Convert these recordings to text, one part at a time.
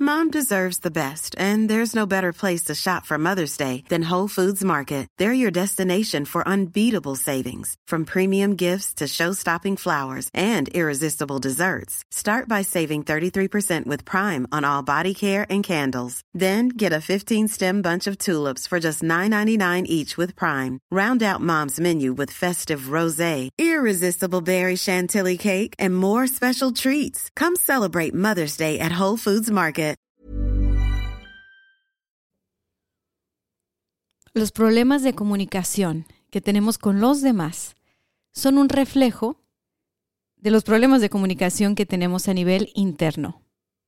Mom deserves the best, and there's no better place to shop for Mother's Day than Whole Foods Market. They're your destination for unbeatable savings, from premium gifts to show-stopping flowers and irresistible desserts. Start by saving 33% with Prime on all body care and candles. Then get a 15-stem bunch of tulips for just $9.99 each with Prime. Round out Mom's menu with festive rosé, irresistible berry chantilly cake, and more special treats. Come celebrate Mother's Day at Whole Foods Market. Los problemas de comunicación que tenemos con los demás son un reflejo de los problemas de comunicación que tenemos a nivel interno.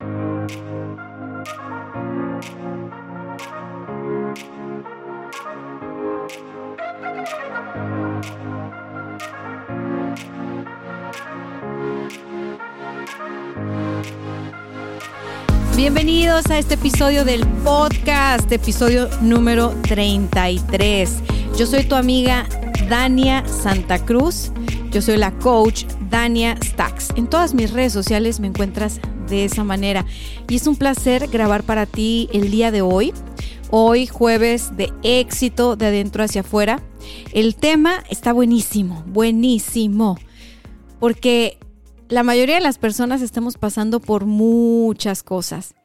Bienvenidos a este episodio del podcast, episodio número 33. Yo soy tu amiga Dania Santa Cruz. Yo soy la coach Dania Stacks. En todas mis redes sociales me encuentras de esa manera. Y es un placer grabar para ti el día de hoy. Hoy, jueves de éxito, de adentro hacia afuera. El tema está buenísimo, buenísimo. Porque la mayoría de las personas estamos pasando por muchas cosas.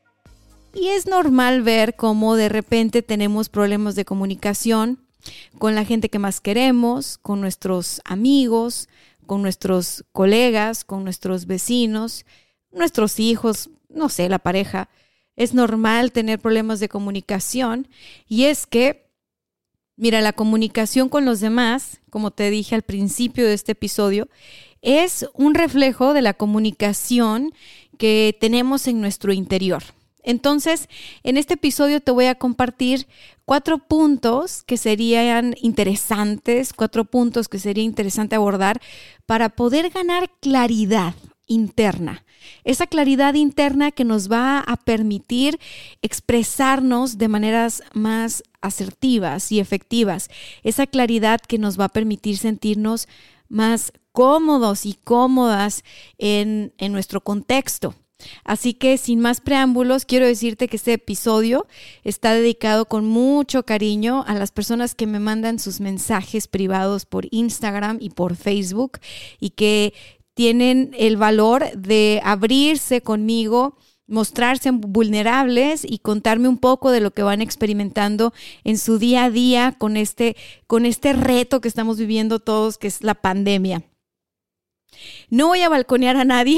Y es normal ver cómo de repente tenemos problemas de comunicación con la gente que más queremos, con nuestros amigos, con nuestros colegas, con nuestros vecinos, nuestros hijos, no sé, la pareja. Es normal tener problemas de comunicación y es que, mira, la comunicación con los demás, como te dije al principio de este episodio, es un reflejo de la comunicación que tenemos en nuestro interior. Entonces, en este episodio te voy a compartir 4 puntos que serían interesantes, 4 puntos que sería interesante abordar para poder ganar claridad interna. Esa claridad interna que nos va a permitir expresarnos de maneras más asertivas y efectivas. Esa claridad que nos va a permitir sentirnos más cómodos y cómodas en nuestro contexto. Así que sin más preámbulos, quiero decirte que este episodio está dedicado con mucho cariño a las personas que me mandan sus mensajes privados por Instagram y por Facebook y que tienen el valor de abrirse conmigo, mostrarse vulnerables y contarme un poco de lo que van experimentando en su día a día con este reto que estamos viviendo todos, que es la pandemia. No voy a balconear a nadie,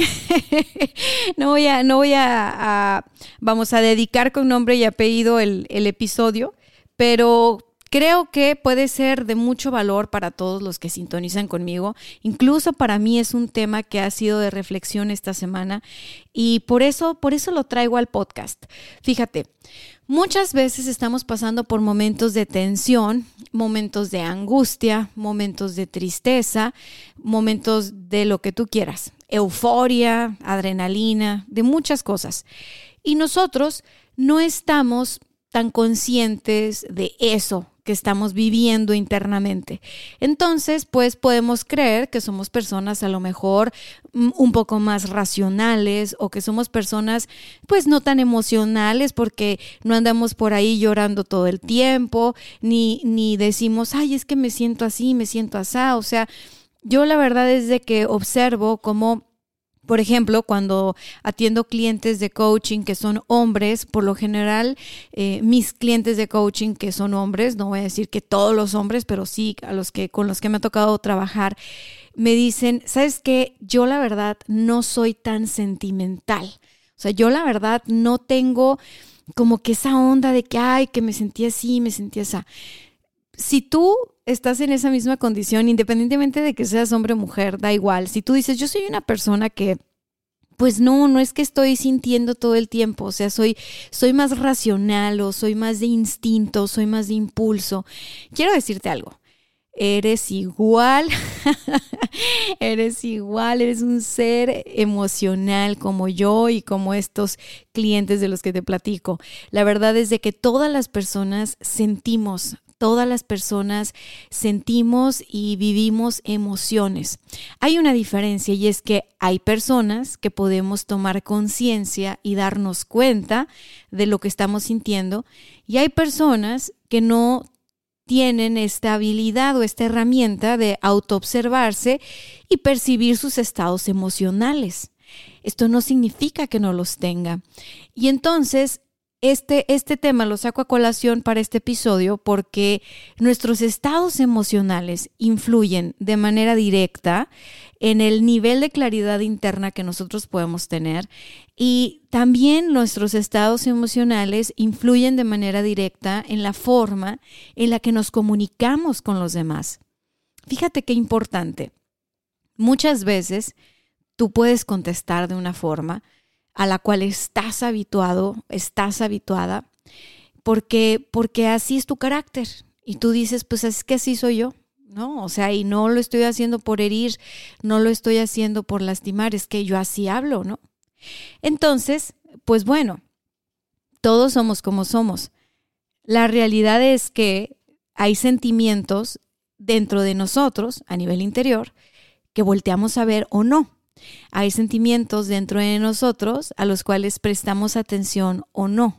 vamos a dedicar con nombre y apellido el episodio, pero creo que puede ser de mucho valor para todos los que sintonizan conmigo. Incluso para mí es un tema que ha sido de reflexión esta semana y por eso lo traigo al podcast. Fíjate, muchas veces estamos pasando por momentos de tensión, momentos de angustia, momentos de tristeza, momentos de lo que tú quieras, euforia, adrenalina, de muchas cosas. Y nosotros no estamos tan conscientes de eso que estamos viviendo internamente. Entonces, pues podemos creer que somos personas a lo mejor un poco más racionales o que somos personas pues no tan emocionales porque no andamos por ahí llorando todo el tiempo, ni decimos, ay, es que me siento así, me siento asá. O sea, yo la verdad es de que observo cómo, por ejemplo, cuando atiendo clientes de coaching que son hombres, por lo general mis clientes de coaching que son hombres, no voy a decir que todos los hombres, pero sí con los que me ha tocado trabajar, me dicen, ¿sabes qué? Yo la verdad no soy tan sentimental. O sea, yo la verdad no tengo como que esa onda de que, ay, que me sentí así, me sentí así. Si tú estás en esa misma condición, independientemente de que seas hombre o mujer, da igual. Si tú dices, yo soy una persona que, pues no es que estoy sintiendo todo el tiempo, o sea, soy más racional o soy más de instinto, soy más de impulso. Quiero decirte algo. Eres igual, eres un ser emocional como yo y como estos clientes de los que te platico. La verdad es de que todas las personas sentimos Todas las personas sentimos y vivimos emociones. Hay una diferencia y es que hay personas que podemos tomar conciencia y darnos cuenta de lo que estamos sintiendo y hay personas que no tienen esta habilidad o esta herramienta de autoobservarse y percibir sus estados emocionales. Esto no significa que no los tenga. Y entonces, este tema lo saco a colación para este episodio porque nuestros estados emocionales influyen de manera directa en el nivel de claridad interna que nosotros podemos tener y también nuestros estados emocionales influyen de manera directa en la forma en la que nos comunicamos con los demás. Fíjate qué importante. Muchas veces tú puedes contestar de una forma a la cual estás habituado, estás habituada, porque así es tu carácter. Y tú dices, pues es que así soy yo, ¿no? O sea, y no lo estoy haciendo por herir, no lo estoy haciendo por lastimar, es que yo así hablo, ¿no? Entonces, pues bueno, todos somos como somos. La realidad es que hay sentimientos dentro de nosotros, a nivel interior, que volteamos a ver o no. Hay sentimientos dentro de nosotros a los cuales prestamos atención o no.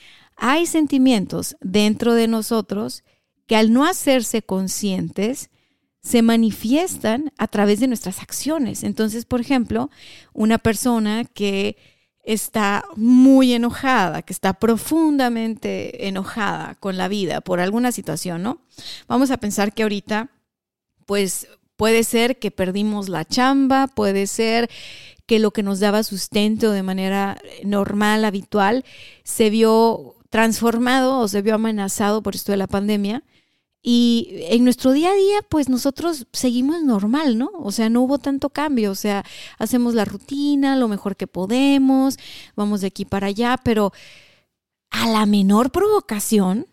Hay sentimientos dentro de nosotros que al no hacerse conscientes se manifiestan a través de nuestras acciones. Entonces, por ejemplo, una persona que está muy enojada, que está profundamente enojada con la vida por alguna situación, ¿no? Vamos a pensar que ahorita, pues, puede ser que perdimos la chamba, puede ser que lo que nos daba sustento de manera normal, habitual, se vio transformado o se vio amenazado por esto de la pandemia. Y en nuestro día a día, pues nosotros seguimos normal, ¿no? O sea, no hubo tanto cambio, o sea, hacemos la rutina, lo mejor que podemos, vamos de aquí para allá, pero a la menor provocación,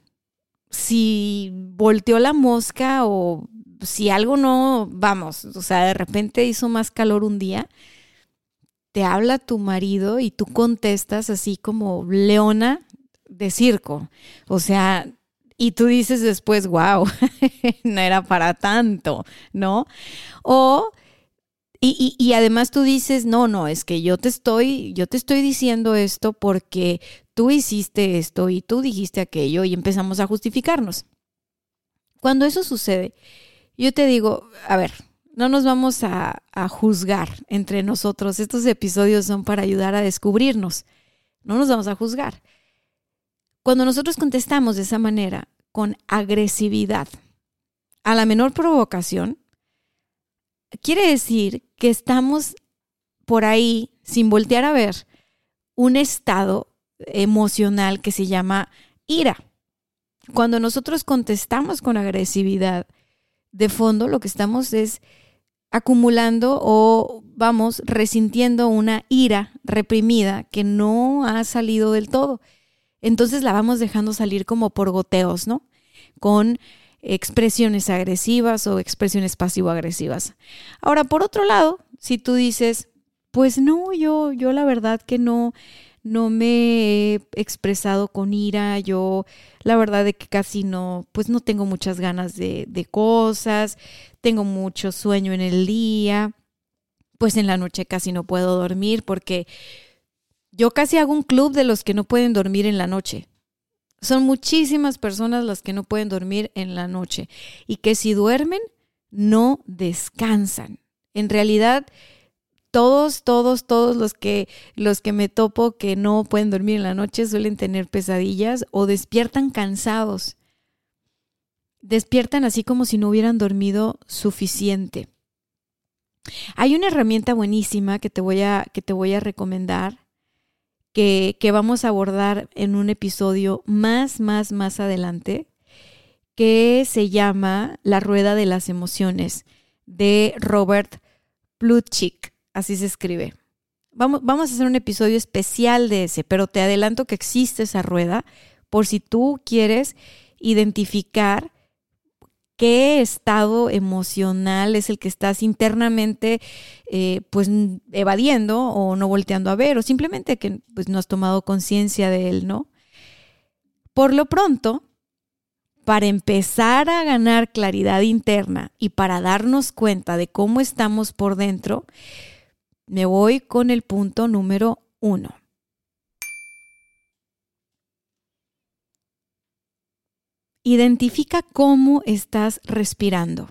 si volteó la mosca o si algo no, vamos, o sea, de repente hizo más calor un día, te habla tu marido y tú contestas así como leona de circo. O sea, y tú dices después, wow, no era para tanto, ¿no? Y además tú dices, no, es que yo te estoy diciendo esto porque tú hiciste esto y tú dijiste aquello y empezamos a justificarnos. Cuando eso sucede, yo te digo, a ver, no nos vamos a juzgar entre nosotros. Estos episodios son para ayudar a descubrirnos. No nos vamos a juzgar. Cuando nosotros contestamos de esa manera, con agresividad, a la menor provocación, quiere decir que estamos por ahí, sin voltear a ver, un estado emocional que se llama ira. Cuando nosotros contestamos con agresividad, de fondo lo que estamos es acumulando o vamos resintiendo una ira reprimida que no ha salido del todo. Entonces la vamos dejando salir como por goteos, ¿no? Con expresiones agresivas o expresiones pasivo-agresivas. Ahora, por otro lado, si tú dices, pues no, yo la verdad que no me he expresado con ira, yo la verdad de que casi no, pues no tengo muchas ganas de cosas, tengo mucho sueño en el día, pues en la noche casi no puedo dormir porque yo casi hago un club de los que no pueden dormir en la noche. Son muchísimas personas las que no pueden dormir en la noche y que si duermen no descansan. En realidad, todos los que me topo que no pueden dormir en la noche suelen tener pesadillas o despiertan cansados. Despiertan así como si no hubieran dormido suficiente. Hay una herramienta buenísima que te voy a recomendar que vamos a abordar en un episodio más adelante, que se llama La Rueda de las Emociones, de Robert Plutchik, así se escribe. Vamos a hacer un episodio especial de ese, pero te adelanto que existe esa rueda por si tú quieres identificar qué estado emocional es el que estás internamente pues evadiendo o no volteando a ver o simplemente que pues no has tomado conciencia de él, ¿no? Por lo pronto, para empezar a ganar claridad interna y para darnos cuenta de cómo estamos por dentro, me voy con el punto número 1. Identifica cómo estás respirando.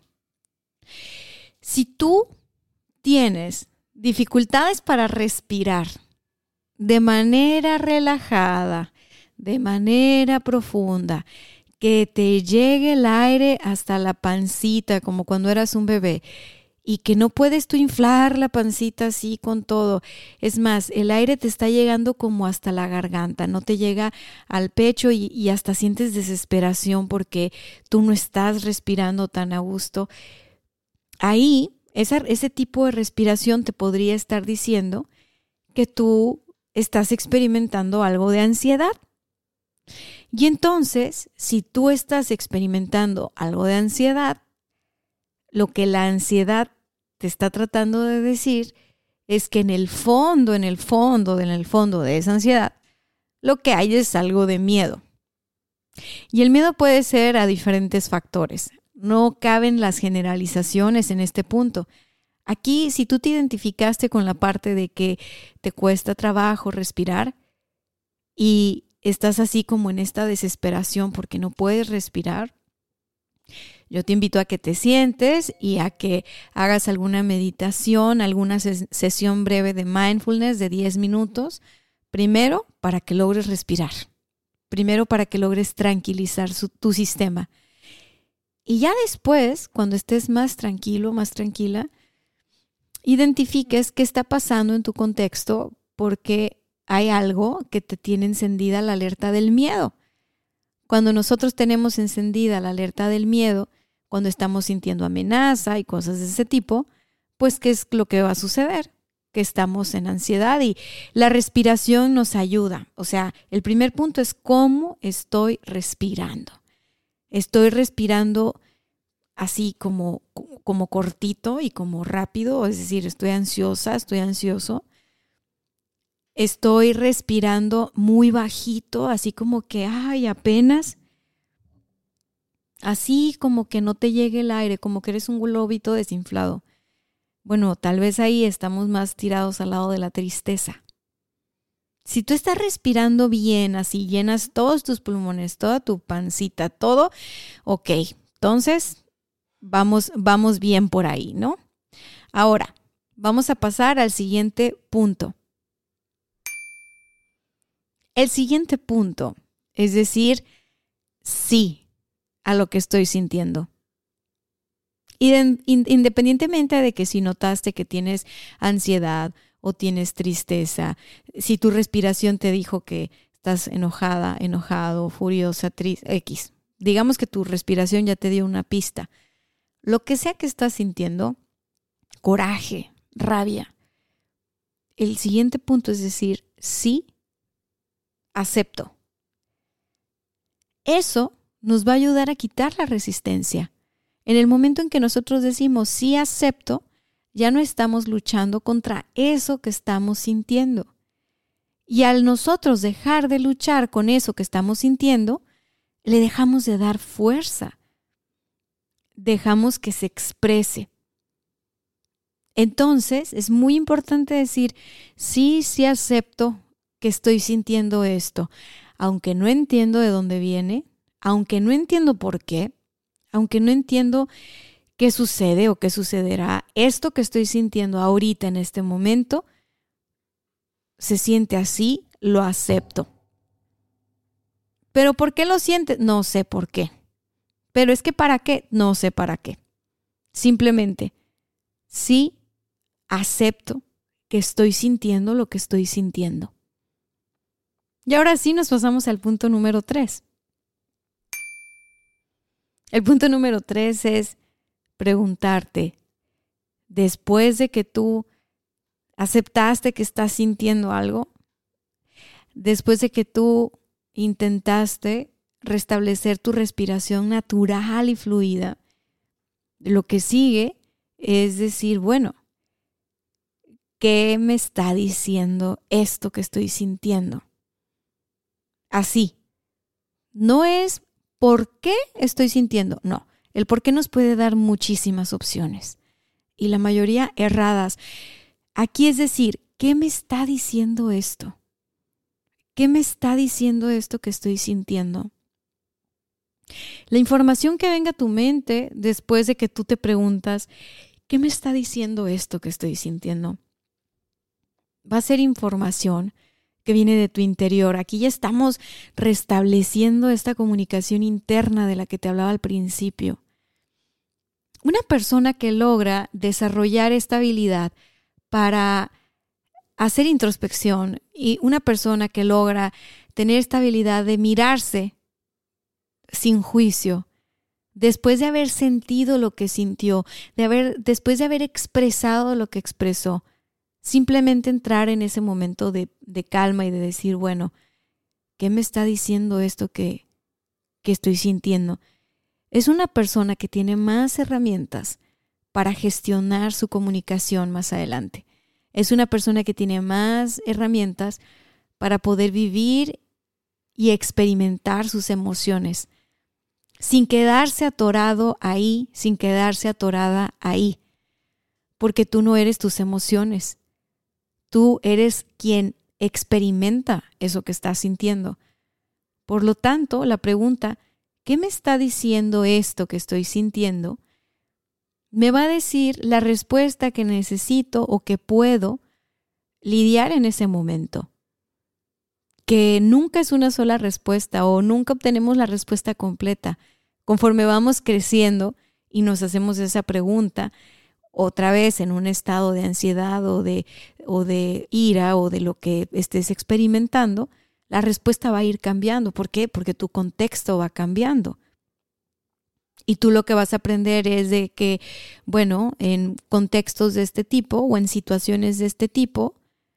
Si tú tienes dificultades para respirar de manera relajada, de manera profunda, que te llegue el aire hasta la pancita, como cuando eras un bebé, y que no puedes tú inflar la pancita así con todo. Es más, el aire te está llegando como hasta la garganta, no te llega al pecho y hasta sientes desesperación porque tú no estás respirando tan a gusto. Ahí, ese tipo de respiración te podría estar diciendo que tú estás experimentando algo de ansiedad. Y entonces, si tú estás experimentando algo de ansiedad, lo que la ansiedad te está tratando de decir es que en el fondo de esa ansiedad, lo que hay es algo de miedo. Y el miedo puede ser a diferentes factores. No caben las generalizaciones en este punto. Aquí, si tú te identificaste con la parte de que te cuesta trabajo respirar y estás así como en esta desesperación porque no puedes respirar, yo te invito a que te sientes y a que hagas alguna meditación, alguna sesión breve de mindfulness de 10 minutos. Primero, para que logres respirar. Primero, para que logres tranquilizar tu sistema. Y ya después, cuando estés más tranquilo, más tranquila, identifiques qué está pasando en tu contexto porque hay algo que te tiene encendida la alerta del miedo. Cuando nosotros tenemos encendida la alerta del miedo, cuando estamos sintiendo amenaza y cosas de ese tipo, pues ¿qué es lo que va a suceder? Que estamos en ansiedad y la respiración nos ayuda. O sea, el primer punto es cómo estoy respirando. Estoy respirando así como cortito y como rápido, es decir, estoy ansiosa, estoy ansioso. Estoy respirando muy bajito, así como que, apenas. Así como que no te llegue el aire, como que eres un globito desinflado. Bueno, tal vez ahí estamos más tirados al lado de la tristeza. Si tú estás respirando bien, así llenas todos tus pulmones, toda tu pancita, todo, ok, entonces vamos bien por ahí, ¿no? Ahora, vamos a pasar al siguiente punto. El siguiente punto es decir sí a lo que estoy sintiendo. Independientemente de que si notaste que tienes ansiedad o tienes tristeza, si tu respiración te dijo que estás enojada, enojado, furiosa, triste, X. Digamos que tu respiración ya te dio una pista. Lo que sea que estás sintiendo, coraje, rabia. El siguiente punto es decir, sí, acepto. Eso nos va a ayudar a quitar la resistencia. En el momento en que nosotros decimos sí acepto, ya no estamos luchando contra eso que estamos sintiendo. Y al nosotros dejar de luchar con eso que estamos sintiendo, le dejamos de dar fuerza. Dejamos que se exprese. Entonces, es muy importante decir, sí acepto que estoy sintiendo esto, aunque no entiendo de dónde viene, aunque no entiendo por qué, aunque no entiendo qué sucede o qué sucederá, esto que estoy sintiendo ahorita en este momento se siente así, lo acepto. ¿Pero por qué lo sientes? No sé por qué. ¿Pero es que para qué? No sé para qué. Simplemente, sí acepto que estoy sintiendo lo que estoy sintiendo. Y ahora sí nos pasamos al punto número 3. El punto número 3 es preguntarte, después de que tú aceptaste que estás sintiendo algo, después de que tú intentaste restablecer tu respiración natural y fluida, lo que sigue es decir, bueno, ¿qué me está diciendo esto que estoy sintiendo? Así, no es por qué estoy sintiendo. No, el por qué nos puede dar muchísimas opciones y la mayoría erradas. Aquí es decir, ¿qué me está diciendo esto? ¿Qué me está diciendo esto que estoy sintiendo? La información que venga a tu mente después de que tú te preguntas, ¿qué me está diciendo esto que estoy sintiendo? Va a ser información que viene de tu interior. Aquí ya estamos restableciendo esta comunicación interna de la que te hablaba al principio. Una persona que logra desarrollar esta habilidad para hacer introspección y una persona que logra tener esta habilidad de mirarse sin juicio, después de haber sentido lo que sintió, después de haber expresado lo que expresó, simplemente entrar en ese momento de calma y de decir, bueno, ¿qué me está diciendo esto que estoy sintiendo? Es una persona que tiene más herramientas para gestionar su comunicación más adelante. Es una persona que tiene más herramientas para poder vivir y experimentar sus emociones sin quedarse atorado ahí, sin quedarse atorada ahí. Porque tú no eres tus emociones. Tú eres quien experimenta eso que estás sintiendo. Por lo tanto, la pregunta, ¿qué me está diciendo esto que estoy sintiendo? Me va a decir la respuesta que necesito o que puedo lidiar en ese momento. Que nunca es una sola respuesta o nunca obtenemos la respuesta completa. Conforme vamos creciendo y nos hacemos esa pregunta, otra vez en un estado de ansiedad o de ira o de lo que estés experimentando, la respuesta va a ir cambiando. ¿Por qué? Porque tu contexto va cambiando. Y tú lo que vas a aprender es de que, bueno, en contextos de este tipo o en situaciones de este tipo,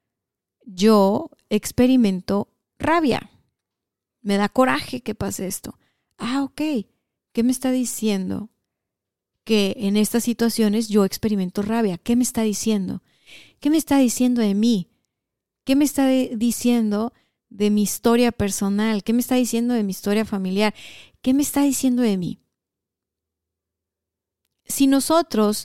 yo experimento rabia. Me da coraje que pase esto. Ok, ¿qué me está diciendo? Que en estas situaciones yo experimento rabia. ¿Qué me está diciendo? ¿Qué me está diciendo de mí? ¿Qué me está diciendo de mi historia personal? ¿Qué me está diciendo de mi historia familiar? ¿Qué me está diciendo de mí? Si nosotros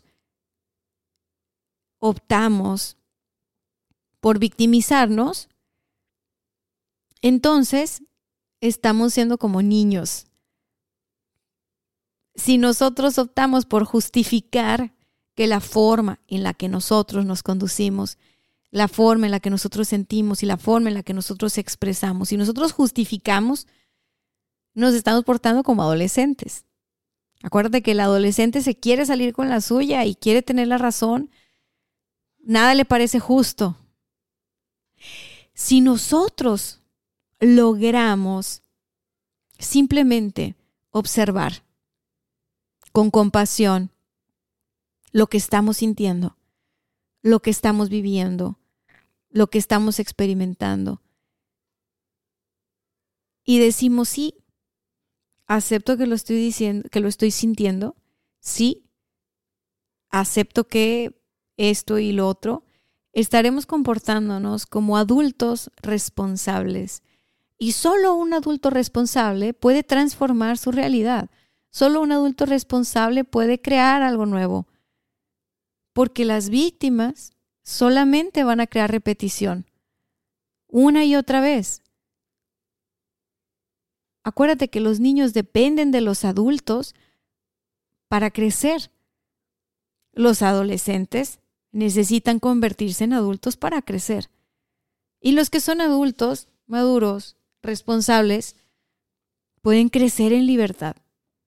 optamos por victimizarnos, entonces estamos siendo como niños. Si nosotros optamos por justificar que la forma en la que nosotros nos conducimos, la forma en la que nosotros sentimos y la forma en la que nosotros expresamos, si nosotros justificamos, nos estamos portando como adolescentes. Acuérdate que el adolescente se quiere salir con la suya y quiere tener la razón. Nada le parece justo. Si nosotros logramos simplemente observar con compasión lo que estamos sintiendo, lo que estamos viviendo, lo que estamos experimentando, y decimos sí, acepto que lo estoy diciendo, que lo estoy sintiendo, sí, acepto que esto y lo otro, estaremos comportándonos como adultos responsables. Y solo un adulto responsable puede transformar su realidad. Solo un adulto responsable puede crear algo nuevo. Porque las víctimas solamente van a crear repetición. Una y otra vez. Acuérdate que los niños dependen de los adultos para crecer. Los adolescentes necesitan convertirse en adultos para crecer. Y los que son adultos, maduros, responsables, pueden crecer en libertad.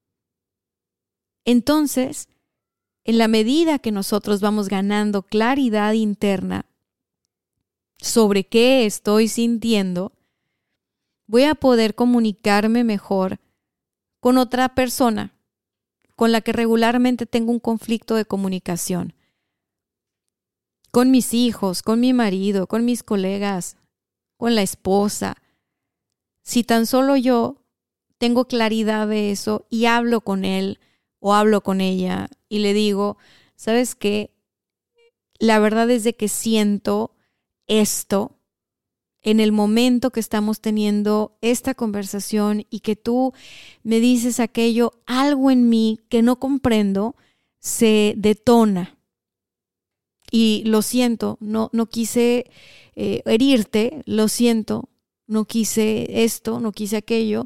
Entonces, en la medida que nosotros vamos ganando claridad interna sobre qué estoy sintiendo, voy a poder comunicarme mejor con otra persona con la que regularmente tengo un conflicto de comunicación. Con mis hijos, con mi marido, con mis colegas, con la esposa. Si tan solo yo tengo claridad de eso y hablo con él o hablo con ella y le digo, ¿sabes qué? La verdad es de que siento esto en el momento que estamos teniendo esta conversación y que tú me dices aquello, algo en mí que no comprendo se detona. Y lo siento, no quise herirte, lo siento, no quise esto, no quise aquello.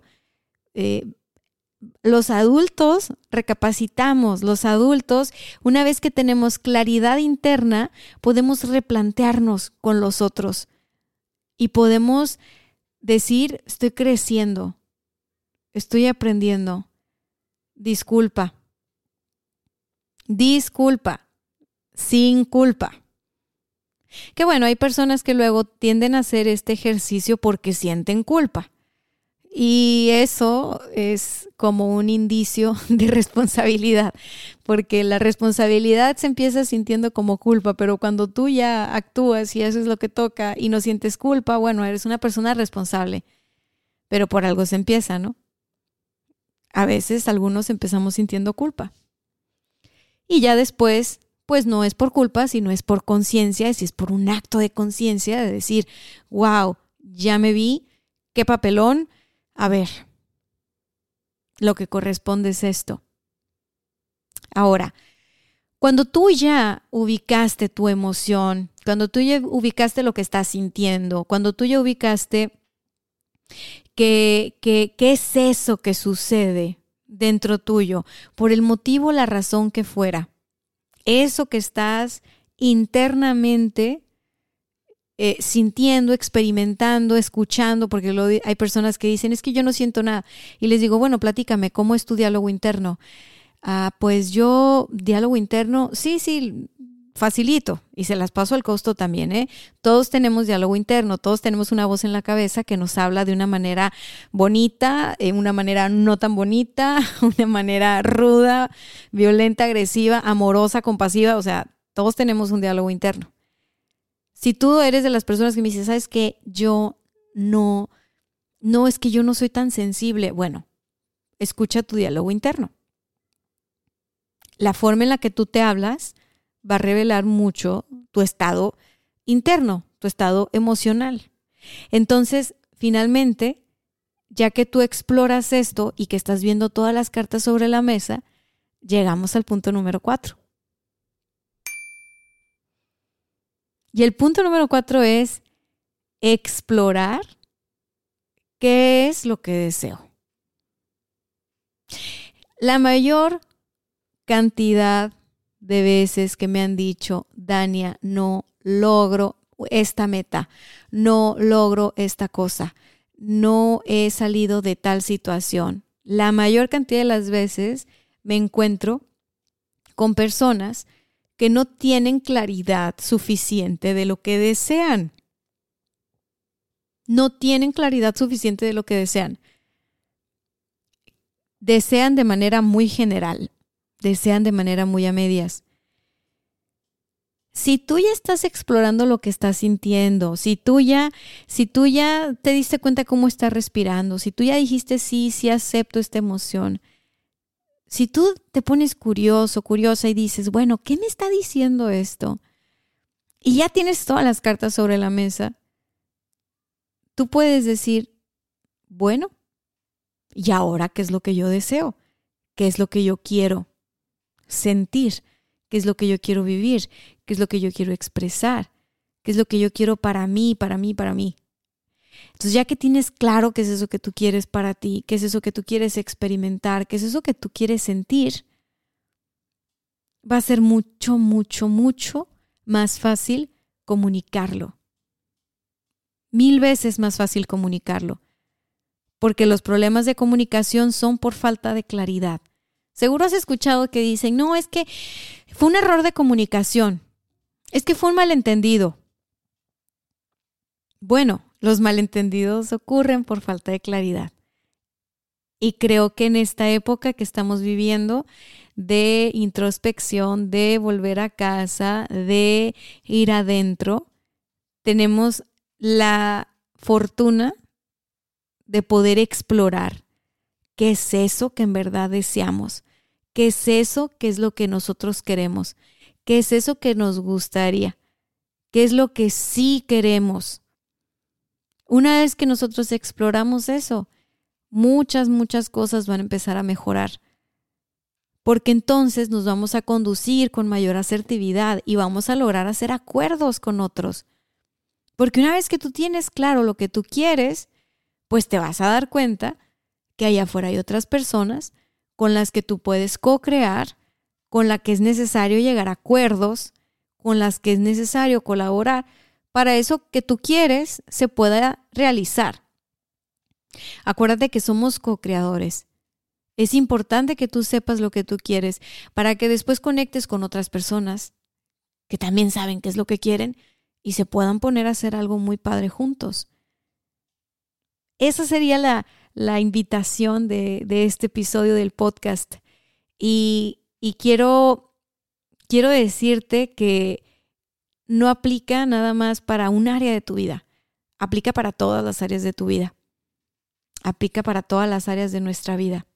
Los adultos recapacitamos, los adultos, una vez que tenemos claridad interna, podemos replantearnos con los otros y podemos decir, estoy creciendo, estoy aprendiendo, disculpa, sin culpa. Que bueno, hay personas que luego tienden a hacer este ejercicio porque sienten culpa. Y eso es como un indicio de responsabilidad, porque la responsabilidad se empieza sintiendo como culpa, pero cuando tú ya actúas y haces lo que toca y no sientes culpa, bueno, eres una persona responsable, pero por algo se empieza, ¿no? A veces algunos empezamos sintiendo culpa. Y ya después, pues no es por culpa, sino es por conciencia, es por un acto de conciencia de decir, wow, ya me vi, qué papelón. A ver, lo que corresponde es esto. Ahora, cuando tú ya ubicaste tu emoción, cuando tú ya ubicaste lo que estás sintiendo, cuando tú ya ubicaste qué es eso que sucede dentro tuyo, por el motivo, la razón que fuera, eso que estás internamente sintiendo, experimentando, escuchando, porque hay personas que dicen, es que yo no siento nada. Y les digo, bueno, platícame, ¿cómo es tu diálogo interno? Pues yo, diálogo interno, sí, facilito. Y se las paso al costo también, ¿eh? Todos tenemos diálogo interno, todos tenemos una voz en la cabeza que nos habla de una manera bonita, una manera no tan bonita, una manera ruda, violenta, agresiva, amorosa, compasiva. O sea, todos tenemos un diálogo interno. Si tú eres de las personas que me dicen, ¿sabes qué? Yo no, es que yo no soy tan sensible. Bueno, escucha tu diálogo interno. La forma en la que tú te hablas va a revelar mucho tu estado interno, tu estado emocional. Entonces, finalmente, ya que tú exploras esto y que estás viendo todas las cartas sobre la mesa, llegamos al punto número 4. Y el punto número 4 es explorar qué es lo que deseo. La mayor cantidad de veces que me han dicho, Dania, no logro esta meta, no logro esta cosa, no he salido de tal situación. La mayor cantidad de las veces me encuentro con personas que no tienen claridad suficiente de lo que desean. No tienen claridad suficiente de lo que desean. Desean de manera muy general, desean de manera muy a medias. Si tú ya estás explorando lo que estás sintiendo, si tú ya te diste cuenta cómo estás respirando, si tú ya dijiste sí acepto esta emoción, si tú te pones curiosa y dices, bueno, ¿qué me está diciendo esto? Y ya tienes todas las cartas sobre la mesa, tú puedes decir, bueno, ¿y ahora qué es lo que yo deseo? ¿Qué es lo que yo quiero sentir? ¿Qué es lo que yo quiero vivir? ¿Qué es lo que yo quiero expresar? ¿Qué es lo que yo quiero para mí? Entonces, ya que tienes claro qué es eso que tú quieres para ti, qué es eso que tú quieres experimentar, qué es eso que tú quieres sentir, va a ser mucho más fácil comunicarlo. 1000 veces más fácil comunicarlo. Porque los problemas de comunicación son por falta de claridad. Seguro has escuchado que dicen, no, es que fue un error de comunicación. Es que fue un malentendido. Bueno, los malentendidos ocurren por falta de claridad. Y creo que en esta época que estamos viviendo de introspección, de volver a casa, de ir adentro, tenemos la fortuna de poder explorar qué es eso que en verdad deseamos, qué es eso que es lo que nosotros queremos, qué es eso que nos gustaría, qué es lo que sí queremos. Una vez que nosotros exploramos eso, muchas cosas van a empezar a mejorar. Porque entonces nos vamos a conducir con mayor asertividad y vamos a lograr hacer acuerdos con otros. Porque una vez que tú tienes claro lo que tú quieres, pues te vas a dar cuenta que allá afuera hay otras personas con las que tú puedes co-crear, con las que es necesario llegar a acuerdos, con las que es necesario colaborar para eso que tú quieres se pueda realizar. Acuérdate que somos co-creadores. Es importante que tú sepas lo que tú quieres para que después conectes con otras personas que también saben qué es lo que quieren y se puedan poner a hacer algo muy padre juntos. Esa sería la invitación de este episodio del podcast. Y quiero decirte que no aplica nada más para un área de tu vida. Aplica para todas las áreas de tu vida. Aplica para todas las áreas de nuestra vida.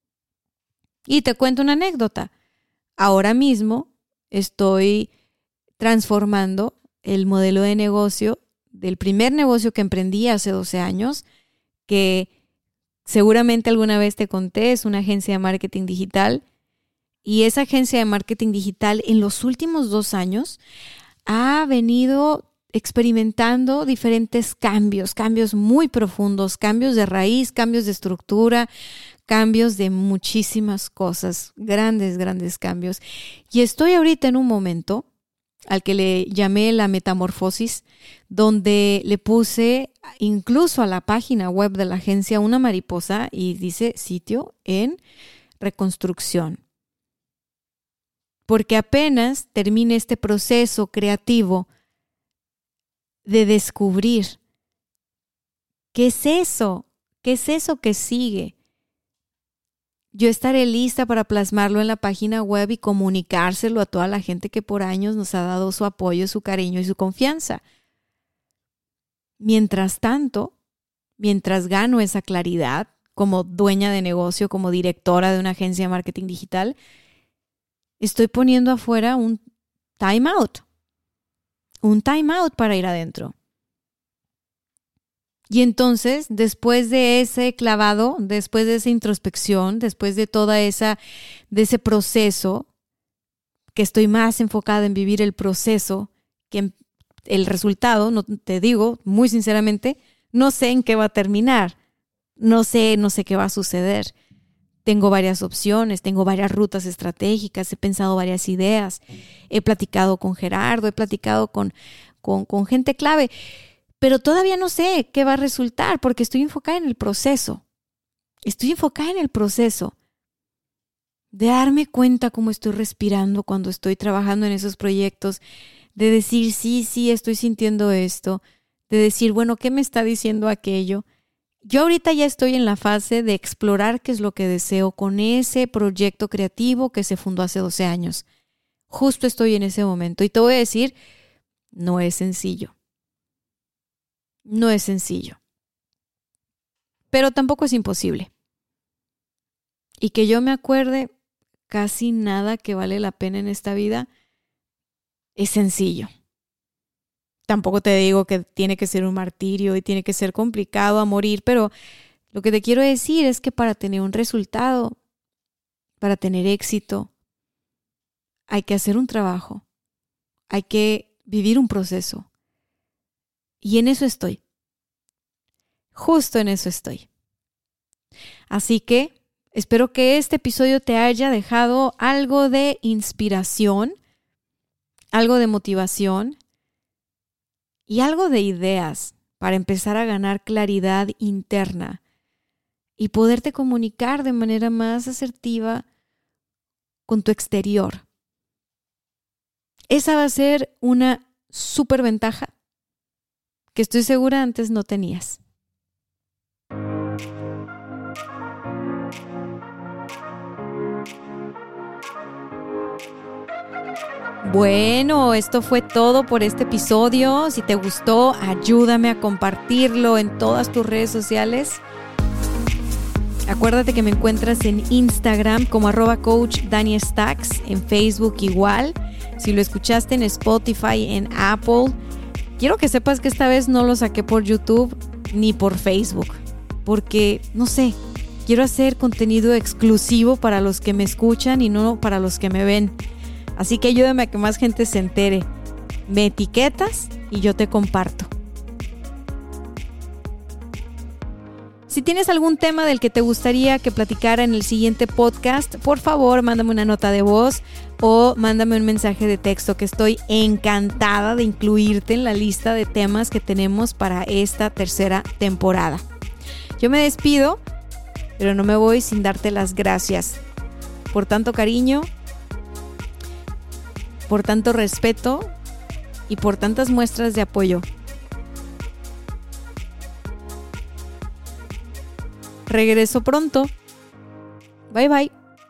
Y te cuento una anécdota. Ahora mismo estoy transformando el modelo de negocio del primer negocio que emprendí hace 12 años, que seguramente alguna vez te conté, es una agencia de marketing digital. Y esa agencia de marketing digital en los últimos 2 años ha venido experimentando diferentes cambios muy profundos, cambios de raíz, cambios de estructura, cambios de muchísimas cosas, grandes cambios. Y estoy ahorita en un momento al que le llamé la metamorfosis, donde le puse incluso a la página web de la agencia una mariposa y dice sitio en reconstrucción. Porque apenas termine este proceso creativo de descubrir qué es eso que sigue, yo estaré lista para plasmarlo en la página web y comunicárselo a toda la gente que por años nos ha dado su apoyo, su cariño y su confianza. Mientras tanto, mientras gano esa claridad como dueña de negocio, como directora de una agencia de marketing digital, estoy poniendo afuera un time out para ir adentro. Y entonces, después de ese clavado, después de esa introspección, después de de ese proceso, que estoy más enfocada en vivir el proceso que el resultado, no te digo, muy sinceramente, no sé en qué va a terminar, no sé qué va a suceder. Tengo varias opciones, tengo varias rutas estratégicas, he pensado varias ideas, he platicado con Gerardo, he platicado con gente clave, pero todavía no sé qué va a resultar porque estoy enfocada en el proceso. Estoy enfocada en el proceso de darme cuenta cómo estoy respirando cuando estoy trabajando en esos proyectos, de decir sí, estoy sintiendo esto, de decir, bueno, ¿qué me está diciendo aquello? Yo ahorita ya estoy en la fase de explorar qué es lo que deseo con ese proyecto creativo que se fundó hace 12 años. Justo estoy en ese momento y te voy a decir, no es sencillo. No es sencillo. Pero tampoco es imposible. Y que yo me acuerde, casi nada que vale la pena en esta vida es sencillo. Tampoco te digo que tiene que ser un martirio y tiene que ser complicado a morir, pero lo que te quiero decir es que para tener un resultado, para tener éxito, hay que hacer un trabajo, hay que vivir un proceso. Y en eso estoy. Justo en eso estoy. Así que espero que este episodio te haya dejado algo de inspiración, algo de motivación y algo de ideas para empezar a ganar claridad interna y poderte comunicar de manera más asertiva con tu exterior. Esa va a ser una súper ventaja que estoy segura antes no tenías. Bueno, esto fue todo por este episodio. Si te gustó, ayúdame a compartirlo en todas tus redes sociales. Acuérdate que me encuentras en Instagram como @coachdaniastacks, en Facebook igual. Si lo escuchaste en Spotify, en Apple, quiero que sepas que esta vez no lo saqué por YouTube. ni por Facebook, porque, no sé, quiero hacer contenido exclusivo para los que me escuchan y no para los que me ven. Así que ayúdame a que más gente se entere. Me etiquetas y yo te comparto. Si tienes algún tema del que te gustaría que platicara en el siguiente podcast, por favor, mándame una nota de voz o mándame un mensaje de texto, que estoy encantada de incluirte en la lista de temas que tenemos para esta tercera temporada. Yo me despido, pero no me voy sin darte las gracias por tanto cariño, por tanto respeto y por tantas muestras de apoyo. Regreso pronto. Bye bye.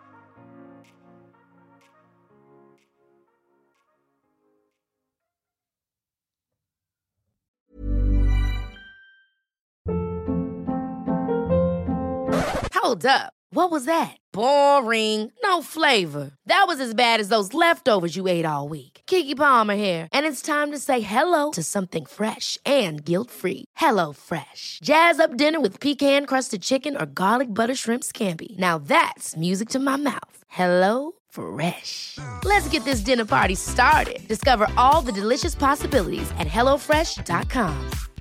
Hold up. What was that? Boring. No flavor. That was as bad as those leftovers you ate all week. Keke Palmer here, and it's time to say hello to something fresh and guilt-free. Hello Fresh. Jazz up dinner with pecan-crusted chicken or garlic butter shrimp scampi. Now that's music to my mouth. Hello Fresh. Let's get this dinner party started. Discover all the delicious possibilities at HelloFresh.com.